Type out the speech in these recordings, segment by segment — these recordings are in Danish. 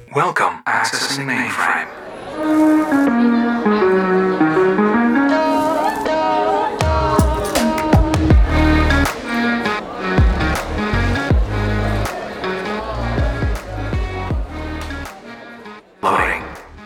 Welcome, accessing mainframe. Loading.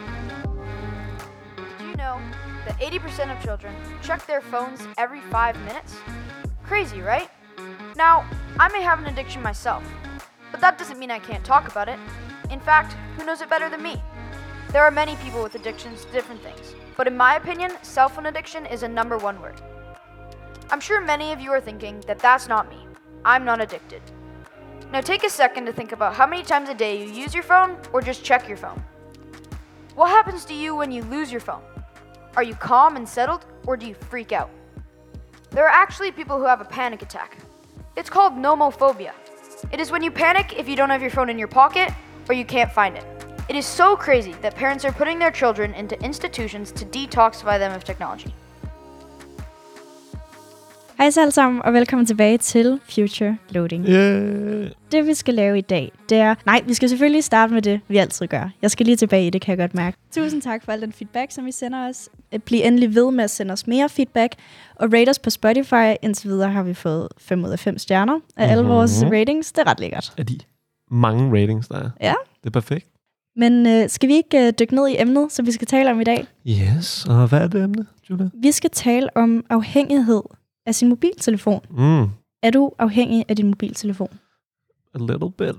Did you know that 80% of children check their phones every 5 minutes? Crazy, right? Now, I may have an addiction myself, but that doesn't mean I can't talk about it. In fact, who knows it better than me? There are many people with addictions to different things, but in my opinion, cell phone addiction is a number one word. I'm sure many of you are thinking that that's not me. I'm not addicted. Now take a second to think about how many times a day you use your phone or just check your phone. What happens to you when you lose your phone? Are you calm and settled, or do you freak out? There are actually people who have a panic attack. It's called nomophobia. It is when you panic if you don't have your phone in your pocket or you can't find it. It is so crazy that parents are putting their children into institutions to detoxify them of technology. Hej så alle sammen, og velkommen tilbage til Future Loading. Yeah. Det vi skal lave i dag, det er... Nej, vi skal selvfølgelig starte med det, vi altid gør. Jeg skal lige tilbage i det, kan jeg godt mærke. Tusind tak for al den feedback, som I sender os. Bliv endelig ved med at sende os mere feedback. Og rate os på Spotify. Indtil videre har vi fået 5 ud af 5 stjerner af alle vores ratings. Det er ret lækkert. Er de mange ratings, der er? Ja. Det er perfekt. Men skal vi ikke dykke ned i emnet, som vi skal tale om i dag? Yes, og hvad er det emne, Julia? Vi skal tale om afhængighed af sin mobiltelefon. Er du afhængig af din mobiltelefon? A little bit.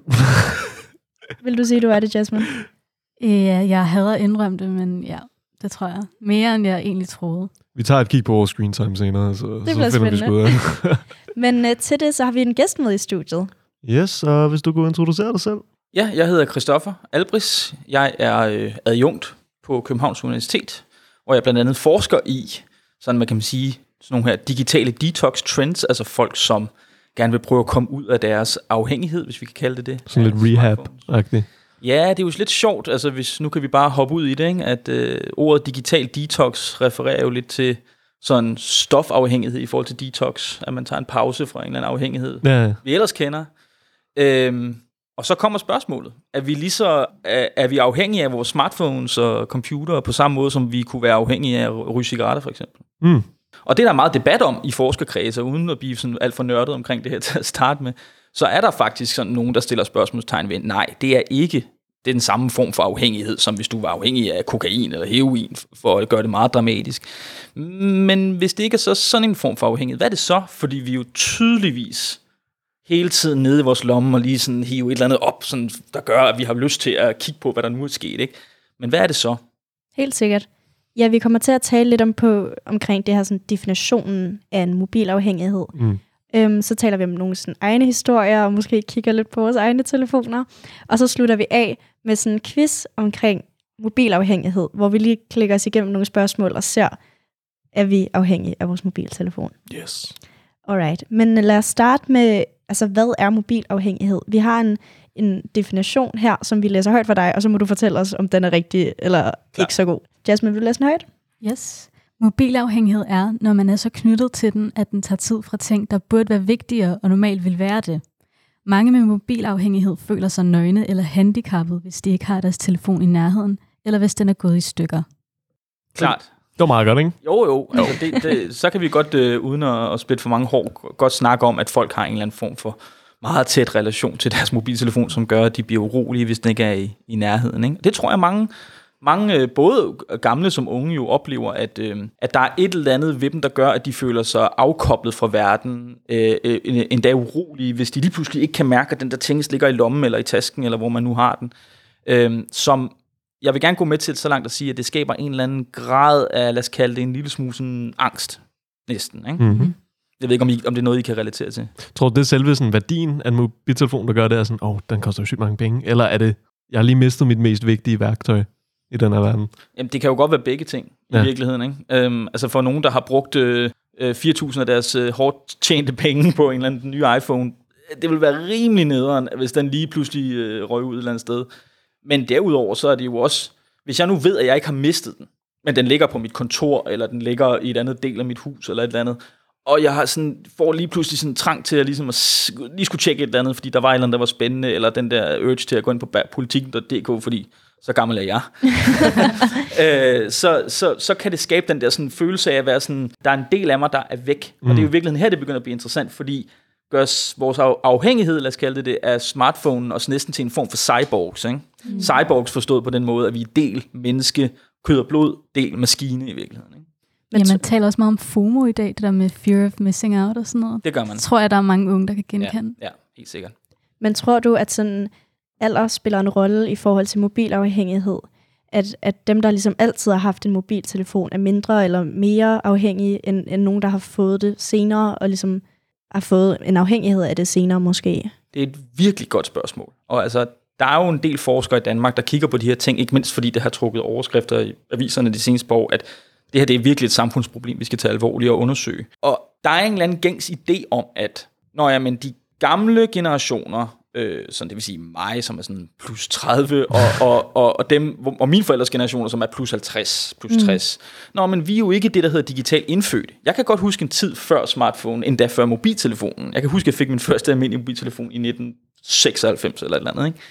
Vil du sige, du er det, Jasmine? Ja, jeg hader indrømme det, men ja, det tror jeg. Mere, end jeg egentlig troede. Vi tager et kig på vores screen time senere, så finder spændende. Vi sgu ud af. Men til det, så har vi en gæst med i studiet. Yes, og hvis du kunne introducere dig selv. Ja, jeg hedder Christoffer Albris. Jeg er adjunkt på Københavns Universitet, hvor jeg blandt andet forsker i, sådan man kan sige, sådan nogle her digitale detox trends, altså folk, som gerne vil prøve at komme ud af deres afhængighed, hvis vi kan kalde det det. Sådan lidt rehab-agtigt. Ja, det er jo lidt sjovt, altså hvis nu kan vi bare hoppe ud i det, ikke? At ordet digital detox refererer jo lidt til sådan stofafhængighed i forhold til detox, at man tager en pause fra en eller anden afhængighed, vi ellers kender. Og så kommer spørgsmålet, er vi afhængige af vores smartphones og computer på samme måde, som vi kunne være afhængige af at ryge cigaretter for eksempel? Og det er der meget debat om i forskerkredser, uden at blive sådan alt for nørdet omkring det her til at starte med, så er der faktisk sådan nogen, der stiller spørgsmålstegn ved, nej, det er ikke den samme form for afhængighed, som hvis du var afhængig af kokain eller heroin, for at gøre det meget dramatisk. Men hvis det ikke er sådan en form for afhængighed, hvad er det så? Fordi vi jo tydeligvis hele tiden nede i vores lomme og lige sådan hive et eller andet op, sådan, der gør, at vi har lyst til at kigge på, hvad der nu er sket, ikke? Men hvad er det så? Helt sikkert. Ja, vi kommer til at tale lidt omkring det her sådan, definitionen af en mobilafhængighed. Så taler vi om nogle sådan, egne historier, og måske kigger lidt på vores egne telefoner. Og så slutter vi af med sådan en quiz omkring mobilafhængighed, hvor vi lige klikker os igennem nogle spørgsmål og ser, er vi afhængige af vores mobiltelefon? Yes. Alright, men lad os starte med, altså hvad er mobilafhængighed? Vi har en definition her, som vi læser højt for dig, og så må du fortælle os, om den er rigtig eller ikke så god. Jasmine, vil du læse den højt? Yes. Mobilafhængighed er, når man er så knyttet til den, at den tager tid fra ting, der burde være vigtigere og normalt vil være det. Mange med mobilafhængighed føler sig nøgne eller handicappet, hvis de ikke har deres telefon i nærheden, eller hvis den er gået i stykker. Klart. Det var meget godt, ikke? Jo. Altså så kan vi godt, uden at splitte for mange hår, godt snakke om, at folk har en eller anden form for meget tæt relation til deres mobiltelefon, som gør, at de bliver urolige, hvis den ikke er i nærheden. Ikke? Det tror jeg, mange både gamle som unge jo oplever, at der er et eller andet ved dem, der gør, at de føler sig afkoblet fra verden, endda urolige, hvis de lige pludselig ikke kan mærke, at den der ting ligger i lommen eller i tasken, eller hvor man nu har den. Som jeg vil gerne gå med til så langt at sige, at det skaber en eller anden grad af, lad os kalde det en lille smule sådan angst, næsten. Ikke? Mm-hmm. Jeg ved ikke, om det er noget, I kan relatere til. Tror du, det er selve sådan værdien af en mobiltelefon, der gør det, er sådan, den koster jo sygt mange penge? Eller er det, jeg har lige mistet mit mest vigtige værktøj i den her verden? Jamen, det kan jo godt være begge ting i virkeligheden. Ikke? Altså for nogen, der har brugt 4.000 af deres hårdt tjente penge på en eller anden ny iPhone, det vil være rimelig nederen, hvis den lige pludselig røg ud et eller andet sted. Men derudover, så er det jo også, hvis jeg nu ved, at jeg ikke har mistet den, men den ligger på mit kontor, eller den ligger i et andet del af mit hus, eller et eller andet, Og jeg har får lige pludselig sådan trang til at, ligesom lige skulle tjekke et eller andet, fordi der var et eller andet, der var spændende, eller den der urge til at gå ind på politikken.dk, fordi så gammel er jeg. Så kan det skabe den der sådan følelse af at være sådan, der er en del af mig, der er væk. Og det er jo i virkeligheden her, det begynder at blive interessant, fordi gør vores afhængighed, lad os kalde det, af smartphonen også næsten til en form for cyborgs. Ikke? Cyborgs forstået på den måde, at vi er del menneske, kød og blod, del maskine i virkeligheden. Ikke? Ja, man taler også meget om FOMO i dag, det der med fear of missing out og sådan noget. Det gør man. Så tror jeg, der er mange unge, der kan genkende. Ja, helt sikkert. Men tror du, at sådan alder spiller en rolle i forhold til mobilafhængighed? At dem, der ligesom altid har haft en mobiltelefon, er mindre eller mere afhængige end nogen, der har fået det senere, og ligesom har fået en afhængighed af det senere måske? Det er et virkelig godt spørgsmål. Og altså, der er jo en del forskere i Danmark, der kigger på de her ting, ikke mindst fordi det har trukket overskrifter i aviserne de seneste par år, at det her det er virkelig et samfundsproblem, vi skal tage alvorligt og undersøge. Og der er en eller anden gængs idé om, at men de gamle generationer, sådan det vil sige mig, som er sådan plus 30, og dem, og mine forældres generationer, som er plus 50, plus 60. Men vi er jo ikke det, der hedder digitalt indfødt. Jeg kan godt huske en tid før smartphone, endda før mobiltelefonen. Jeg kan huske, at jeg fik min første almindelige mobiltelefon i 1996 eller et eller andet, ikke?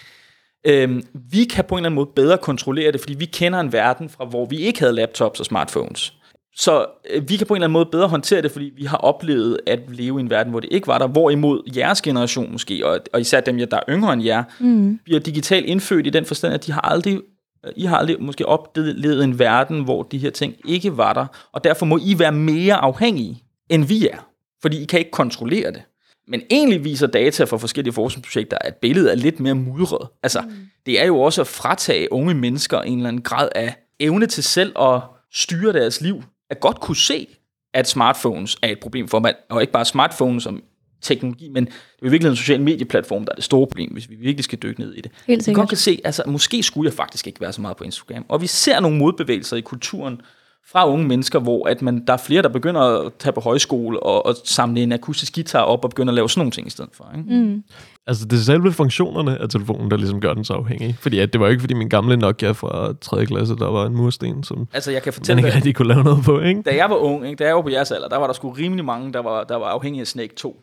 Vi kan på en eller anden måde bedre kontrollere det, fordi vi kender en verden fra, hvor vi ikke havde laptops og smartphones. Så vi kan på en eller anden måde bedre håndtere det, fordi vi har oplevet at leve i en verden, hvor det ikke var der. Hvorimod jeres generation måske, og især dem, der er yngre end jer, bliver digitalt indfødt i den forstand, at I har aldrig måske oplevet en verden, hvor de her ting ikke var der. Og derfor må I være mere afhængige, end vi er. Fordi I kan ikke kontrollere det. Men egentlig viser data fra forskellige forskningsprojekter, at billedet er lidt mere mudret. Altså, det er jo også at fratage unge mennesker en eller anden grad af evne til selv at styre deres liv. At godt kunne se, at smartphones er et problem for dem. Og ikke bare smartphones som teknologi, men det er jo virkelig en social medieplatform, der er det store problem, hvis vi virkelig skal dykke ned i det. Helt sikkert. Vi godt kan se, altså måske skulle jeg faktisk ikke være så meget på Instagram. Og vi ser nogle modbevægelser i kulturen fra unge mennesker, hvor der er flere, der begynder at tage på højskole og samle en akustisk guitar op og begynder at lave sådan nogle ting i stedet for. Ikke? Altså det er selve funktionerne af telefonen, der ligesom gør den så afhængig. Fordi det var jo ikke fordi min gamle Nokia fra 3. klasse, der var en mursten, som jeg kan fortælle man ikke rigtig kunne lave noget på, ikke? Da jeg var ung, ikke? Da jeg var på jeres alder, der var der sgu rimelig mange, der var afhængige af Snake 2.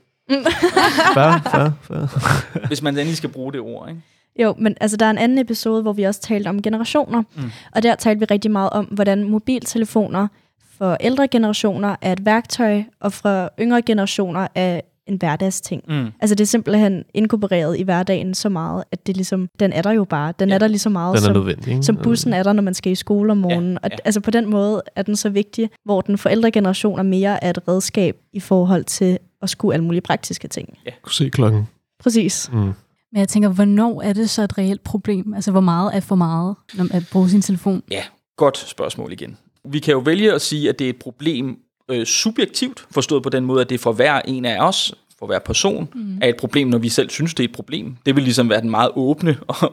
Fair. Hvis man endelig skal bruge det ord, ikke? Jo, men altså, der er en anden episode, hvor vi også talte om generationer. Og der talte vi rigtig meget om, hvordan mobiltelefoner for ældre generationer er et værktøj, og for yngre generationer er en hverdagsting. Altså det er simpelthen inkorporeret i hverdagen så meget, at det ligesom, den er der jo bare. Den er der lige så meget, som bussen er der, når man skal i skole om morgenen. Og altså på den måde er den så vigtig, hvor den for ældre generationer mere er et redskab i forhold til at skue alle mulige praktiske ting. Ja. Kunne se klokken. Præcis. Men jeg tænker, hvornår er det så et reelt problem? Altså, hvor meget er for meget, når man bruger sin telefon? Ja, godt spørgsmål igen. Vi kan jo vælge at sige, at det er et problem subjektivt, forstået på den måde, at det for hver en af os, for hver person, er et problem, når vi selv synes, det er et problem. Det vil ligesom være den meget åbne og,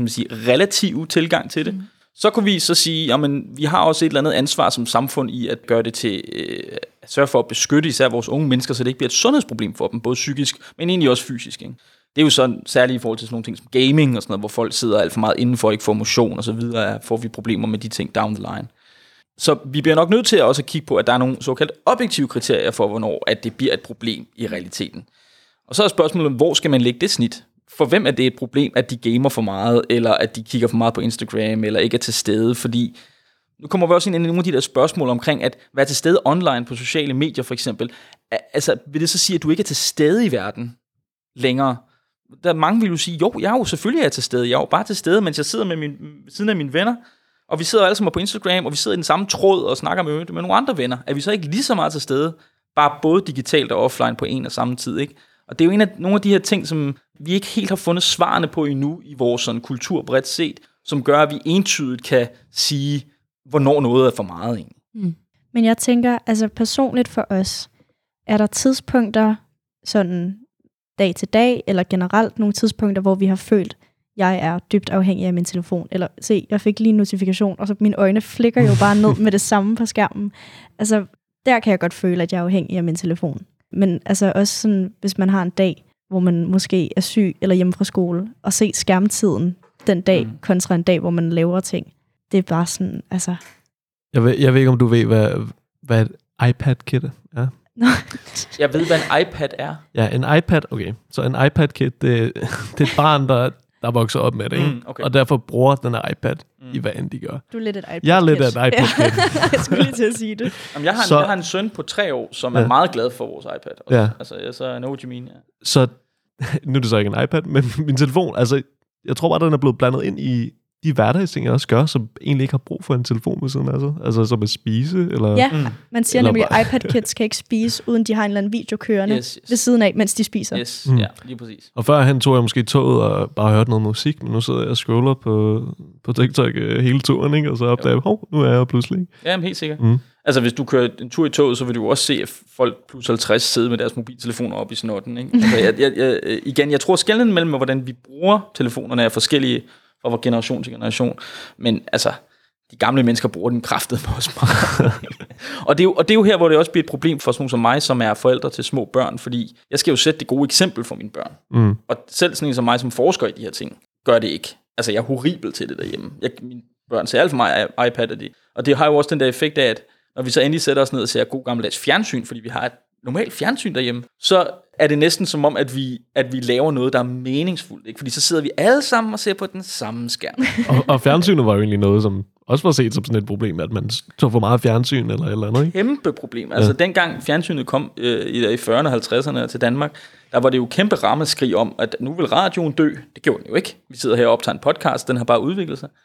relative tilgang til det. Så kunne vi så sige, jamen, vi har også et eller andet ansvar som samfund i at gøre det til, at sørge for at beskytte især vores unge mennesker, så det ikke bliver et sundhedsproblem for dem, både psykisk, men egentlig også fysisk, ikke? Det er jo sådan, særligt i forhold til sådan nogle ting som gaming og sådan noget, hvor folk sidder alt for meget indenfor, ikke får motion og så videre, får vi problemer med de ting down the line. Så vi bliver nok nødt til at også kigge på, at der er nogle såkaldt objektive kriterier for, hvornår at det bliver et problem i realiteten. Og så er spørgsmålet, hvor skal man lægge det snit? For hvem er det et problem, at de gamer for meget, eller at de kigger for meget på Instagram, eller ikke er til stede? Fordi nu kommer vi også ind i nogle af de der spørgsmål omkring, at være til stede online på sociale medier for eksempel. Altså, vil det så sige, at du ikke er til stede i verden længere? Der mange vil jo sige, jo, jeg er jo selvfølgelig til stede. Jeg er jo bare til stede, mens jeg sidder med siden af mine venner. Og vi sidder alle sammen på Instagram, og vi sidder i den samme tråd og snakker med nogle andre venner. Er vi så ikke lige så meget til stede, bare både digitalt og offline på en og samme tid, ikke? Og det er jo nogle af de her ting, som vi ikke helt har fundet svarene på endnu i vores sådan, kultur bredt set, som gør, at vi entydigt kan sige, hvornår noget er for meget egentlig. Men jeg tænker, altså personligt for os, er der tidspunkter, sådan dag til dag, eller generelt nogle tidspunkter, hvor vi har følt, jeg er dybt afhængig af min telefon. Eller se, jeg fik lige en notifikation, og så mine øjne flikker jo bare ned med det samme på skærmen. Altså, der kan jeg godt føle, at jeg er afhængig af min telefon. Men altså også sådan, hvis man har en dag, hvor man måske er syg eller hjemme fra skole, og se skærmtiden den dag, kontra en dag, hvor man laver ting. Det er bare sådan, altså... Jeg ved ikke, om du ved, hvad et iPad-kit er? Jeg ved, hvad en iPad er. Ja, en iPad, okay. Så en iPad-kid, det er et barn, der vokser op med det, ikke? Okay. Og derfor bruger den her iPad i, hvad end de gør. Du er lidt et iPad. Jeg er lidt af en iPad-kid. Jeg skulle lige til at sige det. Jamen, jeg har en søn på 3 år, som er meget glad for vores iPad. Også. Ja. Altså, så know what you mean, ja. Så, nu er det så ikke en iPad, men min telefon, altså, jeg tror bare, den er blevet blandet ind i de hverdagsting, jeg også gør, som egentlig ikke har brug for en telefon ved siden af sig. Altså som at spise, eller... Ja, man siger Eller nemlig, bare- at iPad-kids kan ikke spise, uden de har en eller anden video kørende ved siden af, mens de spiser. Yes, ja, lige præcis. Og førhen tog jeg måske toget og bare hørte noget musik, men nu sidder jeg og scroller på TikTok hele turen, ikke? Og så opdager jeg, nu er jeg pludselig. Ikke? Ja, helt sikkert. Altså, hvis du kører en tur i toget, så vil du jo også se, at folk plus 50 sidder med deres mobiltelefoner op i snotten, ikke? Altså, jeg tror, skelnen mellem, hvordan vi bruger telefonerne er forskellige fra generation til generation. Men altså, de gamle mennesker bruger den kraftedeme også meget. og det er jo her, hvor det også bliver et problem for sådan nogle som mig, som er forældre til små børn, fordi jeg skal jo sætte det gode eksempel for mine børn. Og selv sådan en som mig, som forsker i de her ting, gør det ikke. Altså, jeg er horribel til det derhjemme. Mine børn ser alt for mig iPad af det. Og det har jo også den der effekt af, at når vi så endelig sætter os ned og ser god gammeldags fjernsyn, fordi vi har et normalt fjernsyn derhjemme, så er det næsten som om, at vi laver noget, der er meningsfuldt. Ikke? Fordi så sidder vi alle sammen og ser på den samme skærm. og fjernsynet var jo egentlig noget, som også var set som sådan et problem, at man tog for meget fjernsyn eller andet, ikke? Kæmpe problem. Altså dengang fjernsynet kom i 40'erne og 50'erne til Danmark, der var det jo kæmpe rammeskrig om, at nu vil radioen dø. Det gjorde den jo ikke. Vi sidder her og optager en podcast, den har bare udviklet sig.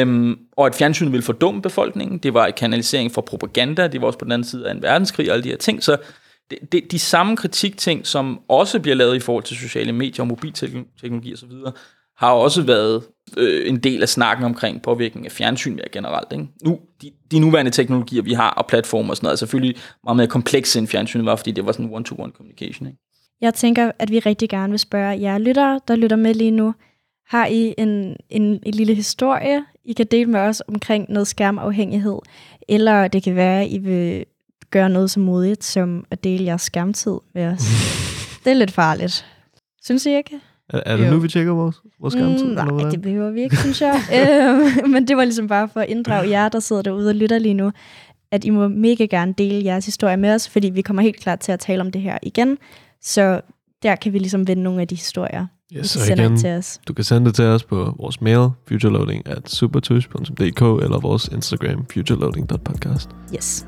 Og at fjernsynet ville fordumme befolkningen. Det var en kanalisering for propaganda. Det var også på den anden side af en verdenskrig og alle de her ting. Så de samme kritikting, som også bliver lavet i forhold til sociale medier og mobilteknologi osv., har også været en del af snakken omkring påvirkning af fjernsyn mere generelt. Ikke? Nu, de nuværende teknologier, vi har, og platformer og sådan noget, er selvfølgelig meget mere komplekse end fjernsynet var, fordi det var sådan one-to-one communication. Ikke? Jeg tænker, at vi rigtig gerne vil spørge jer lyttere, der lytter med lige nu. Har I en lille historie, I kan dele med os omkring noget skærmafhængighed? Eller det kan være, at I vil gøre noget så modigt, som at dele jeres skærmtid med os. Det er lidt farligt. Synes I ikke? Er det nu, vi tjekker vores skærmtid? Nej, det behøver vi ikke, synes jeg. Men det var ligesom bare for at inddrage jer, der sidder derude og lytter lige nu, at I må mega gerne dele jeres historie med os, fordi vi kommer helt klart til at tale om det her igen. Så der kan vi ligesom vende nogle af de historier, I kan sende ind til os. Du kan sende det til os på vores mail, futureloading@supertush.dk, eller vores Instagram, futureloading.podcast. Yes.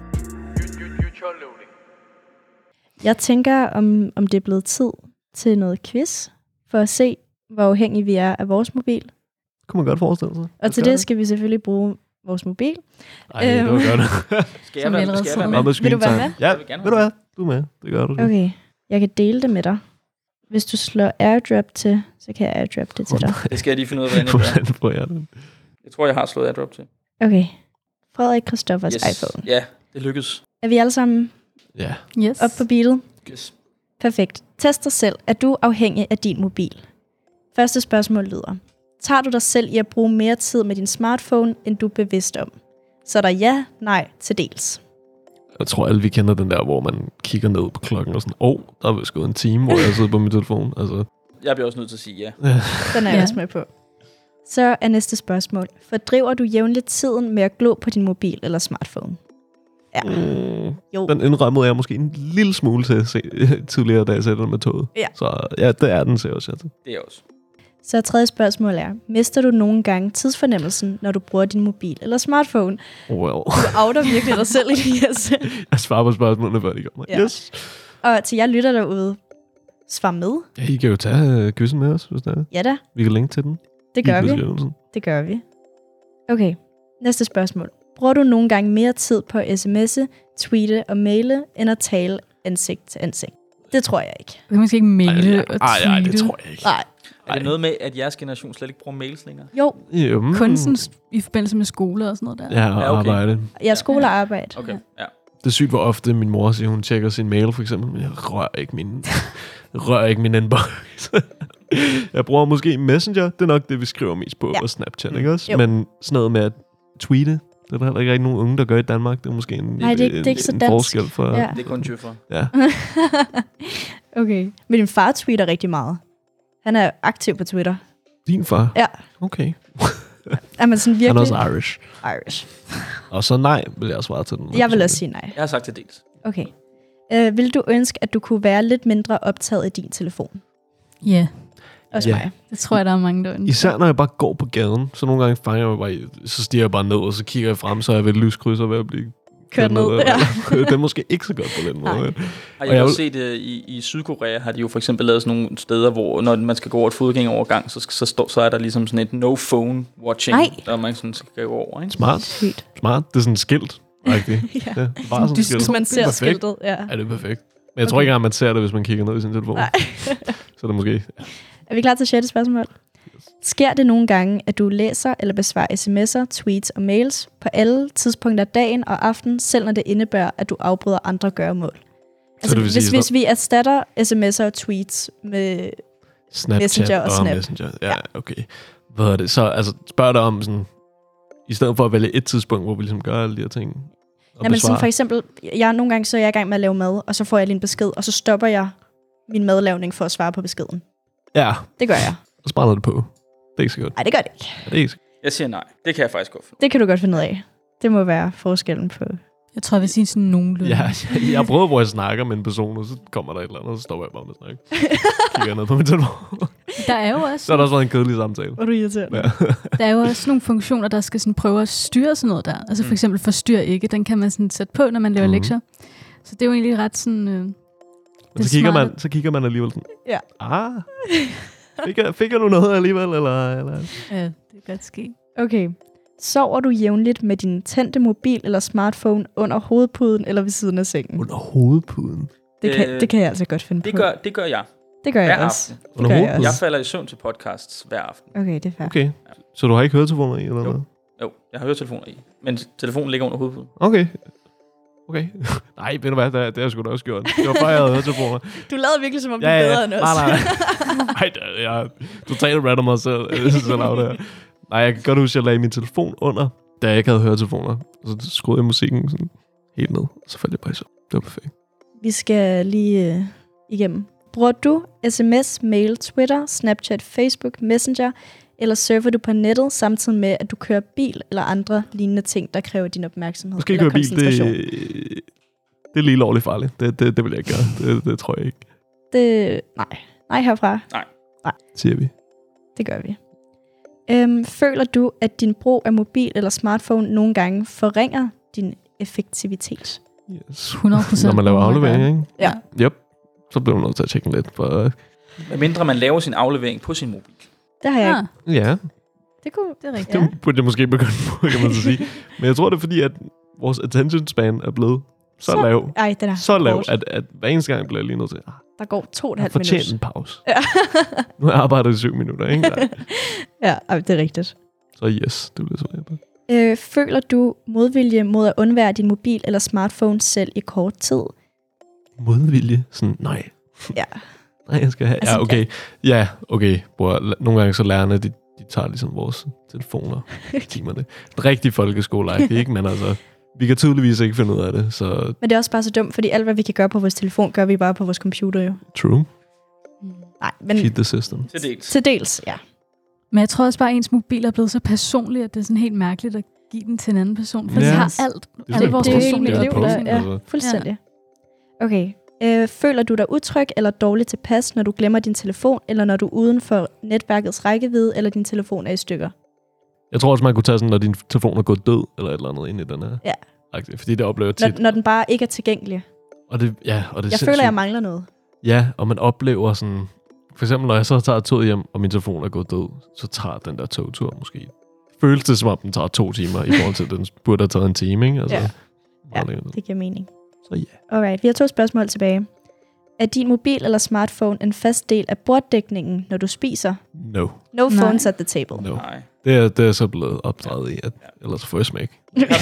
Jeg tænker, om det er blevet tid til noget quiz, for at se, hvor afhængige vi er af vores mobil. Kunne man godt forestille sig. Og til det skal vi selvfølgelig bruge vores mobil. Ej, det var godt. Skal jeg være med? Vil du være med? Ja, ved du hvad? Du er med. Det gør du. Okay, jeg kan dele det med dig. Hvis du slår airdrop til, så kan jeg airdrop det til dig. Det skal jeg lige finde ud af, hvordan jeg gør. Hvordan jeg det? Jeg tror, jeg har slået airdrop til. Okay. Frederik Christoffers iPhone. Ja, det lykkedes. Er vi alle sammen Ja. Yes. op på beatet? Yes. Perfekt. Test dig selv. Er du afhængig af din mobil? Første spørgsmål lyder. Tager du dig selv i at bruge mere tid med din smartphone, end du er bevidst om? Så er der ja, nej, til dels. Jeg tror, alle vi kender den der, hvor man kigger ned på klokken og sådan, der er vist gået en time, hvor jeg sidder på min telefon. Altså. Jeg bliver også nødt til at sige ja. Den er jeg også med på. Så er næste spørgsmål. Fordriver du jævnligt tiden med at glo på din mobil eller smartphone? Ja. Jo. Den indrømmede jeg måske en lille smule til at se tidligere, da jeg satte den med toget. Ja. Så ja, det er den, ser jeg også. Det er også. Så tredje spørgsmål er, mister du nogle gange tidsfornemmelsen, når du bruger din mobil eller smartphone? Well. Du outer virkelig dig selv i det her. Jeg svarer på spørgsmålene, før de kommer. Ja. Yes. Og til jer lytter derude, svar med. Ja, I kan jo tage quizzen med os, hvis det er. Ja da. Vi kan linke til den. Det gør vi. Det gør vi. Okay, næste spørgsmål. Bruger du nogle gange mere tid på at sms'e, tweete og maile, end at tale ansigt til ansigt? Det tror jeg ikke. Du kan måske ikke maile og tweete. Nej, det tror jeg ikke. Nej. Er det noget med, at jeres generation slet ikke bruger mails længere? Jo. Kun sådan i forbindelse med skole og sådan noget der. Ja, og arbejde. Ja, skole og arbejde. Okay, ja. Det er sygt, hvor ofte min mor siger, hun tjekker sin mail, for eksempel, men jeg rører ikke min inbox. Jeg bruger måske Messenger, det er nok det, vi skriver mest på, og Snapchat, ikke også? Men sådan noget med at tweete, det er der heller ikke rigtig nogen unge, der gør i Danmark. Det er måske en forskel for... Ja. Det er kun tjøffer. Ja. Okay. Men din far tweeter rigtig meget. Han er aktiv på Twitter. Din far? Ja. Okay. Er man sådan virkelig... Han er også Irish. Irish. Og så nej, vil jeg svare til den. Jeg vil også sige nej. Jeg har sagt til dels. Okay. Vil du ønske, at du kunne være lidt mindre optaget i din telefon? Ja, Også Ja. mig. det tror jeg, der er mange, der ønsker. Især når jeg bare går på gaden, så nogle gange fanger jeg mig bare, så stiger jeg bare ned, og så kigger jeg frem, så er jeg ved et lyskryds og ved at blive Kørt ned, ja. Det er måske ikke så godt på den måde. Nej. Har Og jeg jeg også set i Sydkorea, har de jo for eksempel lavet sådan nogle steder, hvor når man skal gå over et fodgængerovergang, så er der ligesom sådan et no phone watching, Nej. der man sådan skal gå over. Ikke? Smart. Sygt. Smart. Det er sådan et skilt. Rigtigt. Ja. Ja, bare sådan et skilt. Hvis man Det ser er perfekt. skiltet, ja. Ja, det er perfekt. Men jeg tror ikke engang, man ser det, hvis man kigger ned i sin telefon. Nej. Så er det måske... Er vi klar til 6. spørgsmål? Sker det nogle gange, at du læser eller besvarer sms'er, tweets og mails på alle tidspunkter af dagen og aften, selv når det indebærer, at du afbryder andre gøremål? Altså, det vil sige, hvis vi erstatter sms'er og tweets med... Snapchat Messenger og Snap. Messenger. Ja, okay. Hvad er det? Så altså, spørg dig om sådan... I stedet for at vælge et tidspunkt, hvor vi ligesom gør alle de her ting. Jamen, sådan for eksempel, nogle gange så er jeg i gang med at lave mad, og så får jeg lige en besked, og så stopper jeg min madlavning for at svare på beskeden. Ja, Det gør jeg. og så brænder det på. Det er ikke så godt. Nej, det gør det ikke. Ja, det er ikke så Jeg siger nej. Det kan jeg faktisk godt finde. Det kan du godt finde ud af. Det må være forskellen på... Jeg tror, jeg vil sige sådan nogenlunde. Ja, jeg har prøvet, hvor jeg snakker med en person, og så kommer der et eller andet, og så stopper jeg bare med at snakke. Kigger jeg ned på min telefon. Der er jo også, Så har der også været en kedelig samtale. Hvor er du irriterende. Ja. der er jo også nogle funktioner, der skal sådan prøve at styre sådan noget der. Altså for eksempel forstyr ikke. Den kan man sådan sætte på, når man laver lektier. Så det er jo egentlig ret sådan... Og så kigger man alligevel sådan, Ja. fik jeg nu noget alligevel, eller? Ja, det kan godt ske. Okay. Sover du jævnligt med din tændte mobil eller smartphone under hovedpuden eller ved siden af sengen? Under hovedpuden. Det kan jeg altså godt finde på. Det gør jeg. Det gør jeg hver også. aften. Det gør jeg Under Jeg også. falder i søvn til podcasts hver aften. Okay, det er fair. Okay. Så du har ikke høretelefoner i, eller noget? Jo, jeg har høretelefoner i. Men telefonen ligger under hovedpuden. Okay. Nej, ved du hvad, det har jeg sgu da også gjort. Det var før, jeg havde høretelefoner. Du lavede virkelig, som om du er bedre end os. Nej. Nej, jeg er totalt random mig selv. Nej, jeg kan godt huske, at jeg lagde min telefon under, da jeg ikke havde høretelefoner. Så skruede jeg musikken sådan helt ned, og så faldt jeg bare i søvn. Det var perfekt. Vi skal lige igennem. Bruger du sms, mail, Twitter, Snapchat, Facebook, Messenger, eller surfer du på nettet samtidig med, at du kører bil eller andre lignende ting, der kræver din opmærksomhed Måske eller køre bil, koncentration? det er lige lovligt farligt. Det vil jeg ikke gøre. Det tror jeg ikke. Nej herfra. Siger vi. Det gør vi. Føler du, at din brug af mobil eller smartphone nogle gange forringer din effektivitet? Yes. 100%. Når man laver aflevering, ikke? Ja. Yep. Så bliver man nødt til at tjekke den lidt. For, Med mindre man laver sin aflevering på sin mobil. Det har jeg ikke. Ja, ja, det er rigtigt. det burde jeg måske begynde på, kan man så sige. Men jeg tror, det er fordi, at vores attention span er blevet så lav. Ej, den er Så lav, kort. at hver eneste gang bliver jeg lige nødt til, Der går 2,5 jeg fortjener minutter. en pause. Ja. Nu har jeg arbejdet i 7 minutter, ikke? Ja, det er rigtigt. Så yes, det bliver så lidt. Føler du modvilje mod at undvære din mobil eller smartphone selv i kort tid? Modvilje? Sådan, nej. Ja. Nej, jeg skal have... Altså, Ja, okay. Ja, okay. Bror, nogle gange så lærerne, de tager ligesom vores telefoner timerne. En rigtig folkeskole-like, ikke? Men altså, vi kan tydeligvis ikke finde ud af det, så Men det er også bare så dumt, fordi alt, hvad vi kan gøre på vores telefon, gør vi bare på vores computer jo. true. Nej, men Cheat the system. Til dels. til dels, ja. Men jeg tror også bare, at ens mobil er blevet så personlig, at det er sådan helt mærkeligt at give den til en anden person. For Ja. de har alt. Det Alle vores det er helt personlige mit liv, oplysninger. ja. Altså, Fuldstændig. Okay. Føler du dig utryg eller dårligt tilpas, når du glemmer din telefon, eller når du er uden for netværkets rækkevidde, eller din telefon er i stykker? jeg tror også, man kunne tage sådan, når din telefon er gået død, eller et eller andet ind i den her. Ja. Fordi det oplever jeg tit. Når den bare ikke er tilgængelig. Og det, ja, og det er Jeg føler, jeg mangler noget. Ja, og man oplever sådan... For eksempel, når jeg så tager toget hjem, og min telefon er gået død, så tager den der togtur måske... Føles det, som om den tager 2 timer, i forhold til, at den burde have taget en time, ikke? Altså, Ja. meget længere. Det giver mening. Så ja. Alright, vi har 2 spørgsmål tilbage. Er din mobil eller smartphone en fast del af borddækningen, når du spiser? No. No Nej. phones at the table. No. Nej. Det er så blevet opdraget i, at ellers så får jeg smæk.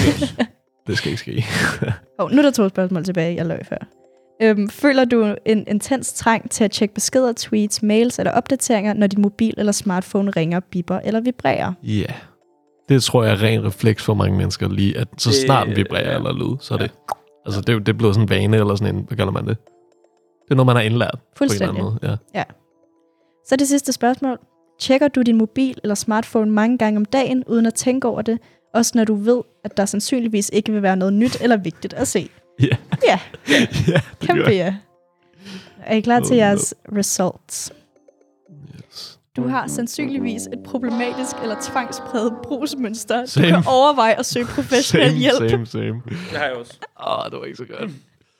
Det skal ikke ske. Nu er der 2 spørgsmål tilbage, jeg løg før. Føler du en intens trang til at tjekke beskeder, tweets, mails eller opdateringer, når din mobil eller smartphone ringer, bipper eller vibrerer? Ja. Yeah. Det tror jeg er ren refleks for mange mennesker lige, at så snart den vibrerer eller lyd, så er det... Altså, det er blevet sådan en vane eller sådan en... Hvad kalder man det? Det er noget, man har indlært på en eller anden måde. Ja. Så det sidste spørgsmål. Tjekker du din mobil eller smartphone mange gange om dagen, uden at tænke over det, også når du ved, at der sandsynligvis ikke vil være noget nyt eller vigtigt at se? Ja. Ja, Ja, det kæmpe gør jeg. ja. Er I klar til jeres results? Yes. Du har sandsynligvis et problematisk eller tvangspræget brugsmønster. Du Same. kan overveje at søge professionel hjælp. Same. Det har jeg også. Det var ikke så godt.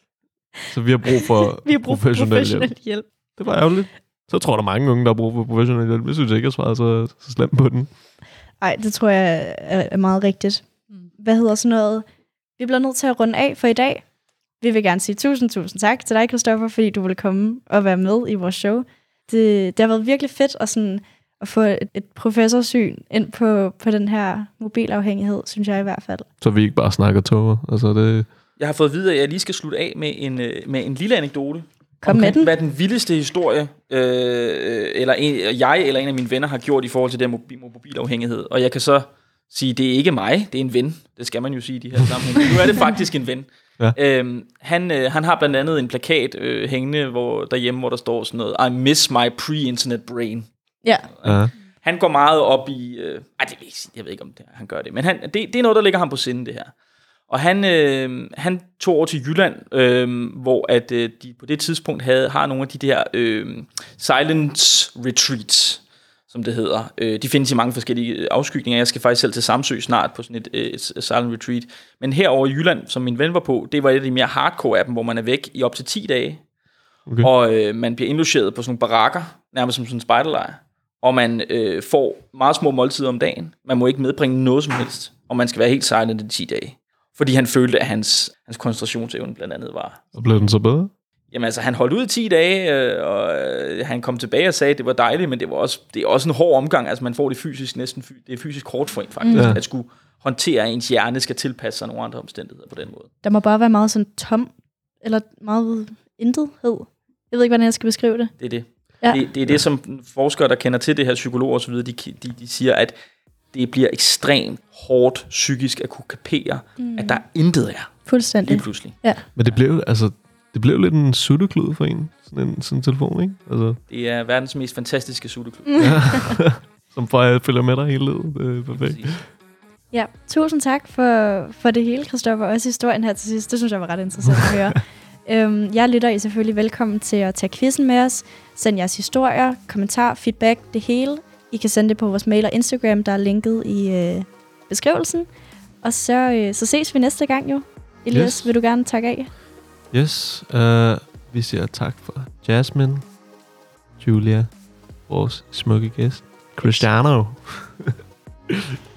Så vi har brug for Vi har brug for professionel hjælp. Det var ærgerligt. Så tror der mange unge, der har brug for professionel hjælp. Jeg synes ikke, jeg svarede så slemt på den. Nej, det tror jeg er meget rigtigt. Hvad hedder sådan noget? Vi bliver nødt til at runde af for i dag. Vi vil gerne sige tusind tak til dig, Christoffer, fordi du ville komme og være med i vores show. Det har været virkelig fedt at få et professorsyn ind på den her mobilafhængighed, synes jeg i hvert fald. Så vi ikke bare snakker tåger. Altså det... Jeg har fået at vide, at jeg lige skal slutte af med en lille anekdote. Kom med den. Hvad den vildeste historie, eller en af mine venner har gjort i forhold til den mobilafhængighed. Og jeg kan så sige, det er ikke mig, det er en ven. Det skal man jo sige i de her sammenhænge. Nu er det faktisk en ven. Ja. Han har blandt andet en plakat hængende derhjemme, hvor der står sådan noget, I miss my pre-internet brain. Ja. Han går meget op i... jeg ved ikke, om han gør det, men det er noget, der ligger ham på sinde, det her. Og han tog over til Jylland, hvor at de på det tidspunkt har nogle af de der silence retreats, som det hedder. De findes i mange forskellige afskygninger. Jeg skal faktisk selv til Samsø snart på sådan et silent retreat. Men herovre i Jylland, som min ven var på, det var et af de mere hardcore af dem, hvor man er væk i op til 10 dage. Okay. Og man bliver indlogeret på sådan nogle barakker, nærmest som sådan en spejderlejr. Og man får meget små måltider om dagen. Man må ikke medbringe noget som helst. Og man skal være helt silent i 10 dage. Fordi han følte, at hans koncentrationsevne blandt andet var... Og blev den så bedre? Jamen altså, han holdt ud i 10 dage, og han kom tilbage og sagde, at det var dejligt, men det er også en hård omgang. Altså, man får det fysisk det er fysisk hårdt for en faktisk, at skulle håndtere, at ens hjerne skal tilpasse sig nogle andre omstændigheder på den måde. Der må bare være meget sådan tom, eller meget intethed. Jeg ved ikke, hvordan jeg skal beskrive det. Det er det. Ja. Det er det, som forskere, der kender til det her, psykologer osv., de siger, at det bliver ekstremt hårdt psykisk at kunne kapere, at der intet er. Fuldstændig. Lige pludselig. Ja. Men det blev lidt en sutteklud for en, sådan en telefon, ikke? Altså. Det er verdens mest fantastiske sutteklub. Ja. Som bare følger med dig hele livet. Det er perfekt. Ja, tusind tak for det hele, Christoffer. Også historien her til sidst. Det synes jeg var ret interessant at høre. Jeg lytter I selvfølgelig velkommen til at tage quizzen med os. Send jeres historier, kommentar, feedback, det hele. I kan sende det på vores mail og Instagram, der er linket i beskrivelsen. Og så ses vi næste gang jo. Elias, vil du gerne takke af? Yes, vi siger tak for Jasmine, Julia, vores smukke gæst, Cristiano.